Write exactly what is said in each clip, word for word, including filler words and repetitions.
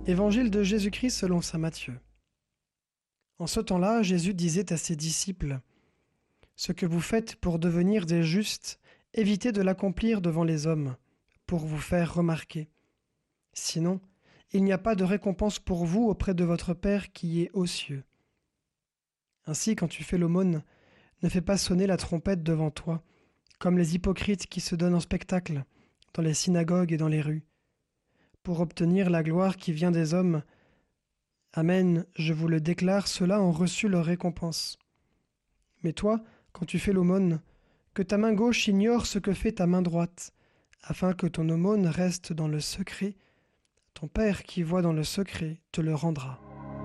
Évangile de Jésus-Christ selon saint Matthieu. En ce temps-là, Jésus disait à ses disciples : « Ce que vous faites pour devenir des justes, évitez de l'accomplir devant les hommes, pour vous faire remarquer. Sinon, il n'y a pas de récompense pour vous auprès de votre Père qui est aux cieux. Ainsi, quand tu fais l'aumône, ne fais pas sonner la trompette devant toi, comme les hypocrites qui se donnent en spectacle, dans les synagogues et dans les rues, pour obtenir la gloire qui vient des hommes. Amen, je vous le déclare, ceux-là ont reçu leur récompense. Mais toi, quand tu fais l'aumône, que ta main gauche ignore ce que fait ta main droite, afin que ton aumône reste dans le secret. Ton Père qui voit dans le secret te le rendra. »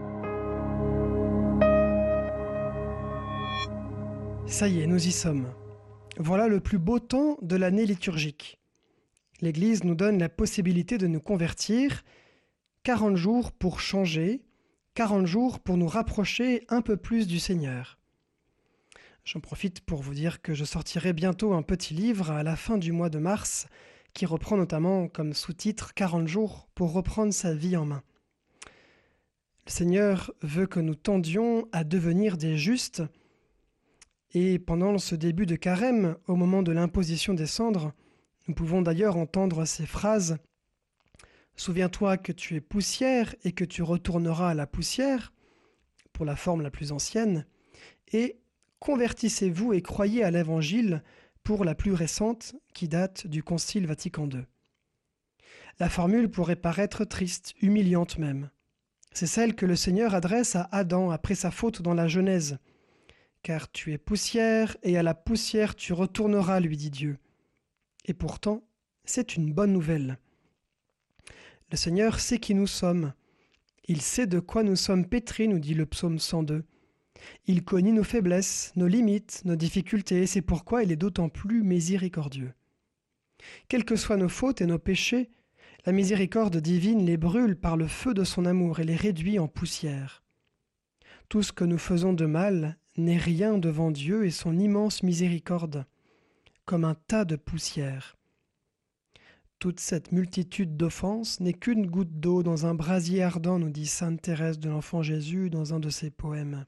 Ça y est, nous y sommes. Voilà le plus beau temps de l'année liturgique. L'Église nous donne la possibilité de nous convertir, quarante jours pour changer, quarante jours pour nous rapprocher un peu plus du Seigneur. J'en profite pour vous dire que je sortirai bientôt un petit livre à la fin du mois de mars qui reprend notamment comme sous-titre « quarante jours pour reprendre sa vie en main ». Le Seigneur veut que nous tendions à devenir des justes et pendant ce début de carême, au moment de l'imposition des cendres, nous pouvons d'ailleurs entendre ces phrases « Souviens-toi que tu es poussière et que tu retourneras à la poussière » pour la forme la plus ancienne, et « Convertissez-vous et croyez à l'Évangile » pour la plus récente qui date du Concile Vatican deux. La formule pourrait paraître triste, humiliante même. C'est celle que le Seigneur adresse à Adam après sa faute dans la Genèse. « Car tu es poussière et à la poussière tu retourneras » lui dit Dieu. Et pourtant, c'est une bonne nouvelle. Le Seigneur sait qui nous sommes. Il sait de quoi nous sommes pétris, nous dit le psaume cent deux. Il connaît nos faiblesses, nos limites, nos difficultés, et c'est pourquoi il est d'autant plus miséricordieux. Quelles que soient nos fautes et nos péchés, la miséricorde divine les brûle par le feu de son amour et les réduit en poussière. Tout ce que nous faisons de mal n'est rien devant Dieu et son immense miséricorde, comme un tas de poussière. Toute cette multitude d'offenses n'est qu'une goutte d'eau dans un brasier ardent, nous dit sainte Thérèse de l'Enfant Jésus dans un de ses poèmes.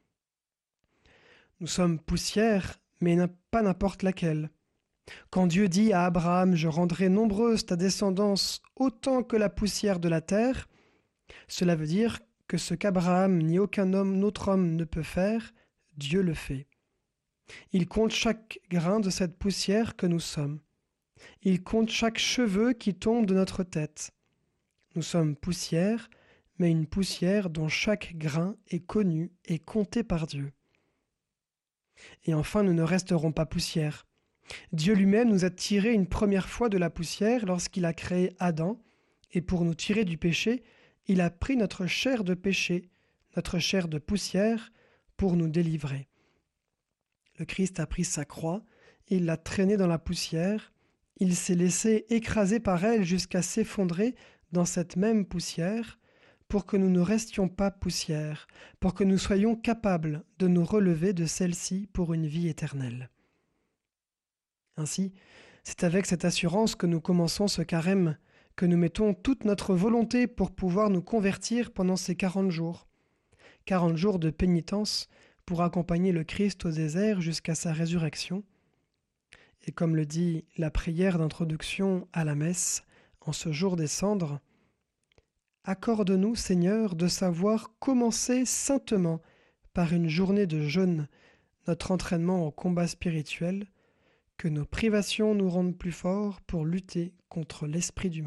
Nous sommes poussière, mais pas n'importe laquelle. Quand Dieu dit à Abraham « Je rendrai nombreuse ta descendance autant que la poussière de la terre », cela veut dire que ce qu'Abraham ni aucun homme, autre homme ne peut faire, Dieu le fait. Il compte chaque grain de cette poussière que nous sommes. Il compte chaque cheveu qui tombe de notre tête. Nous sommes poussière, mais une poussière dont chaque grain est connu et compté par Dieu. Et enfin, nous ne resterons pas poussière. Dieu lui-même nous a tiré une première fois de la poussière lorsqu'il a créé Adam, et pour nous tirer du péché, il a pris notre chair de péché, notre chair de poussière, pour nous délivrer. Le Christ a pris sa croix, il l'a traînée dans la poussière, il s'est laissé écraser par elle jusqu'à s'effondrer dans cette même poussière, pour que nous ne restions pas poussière, pour que nous soyons capables de nous relever de celle-ci pour une vie éternelle. Ainsi, c'est avec cette assurance que nous commençons ce carême, que nous mettons toute notre volonté pour pouvoir nous convertir pendant ces quarante jours. quarante jours de pénitence pour accompagner le Christ au désert jusqu'à sa résurrection. Et comme le dit la prière d'introduction à la messe, en ce jour des cendres, « Accorde-nous, Seigneur, de savoir commencer saintement par une journée de jeûne notre entraînement au combat spirituel, que nos privations nous rendent plus forts pour lutter contre l'esprit du mal. »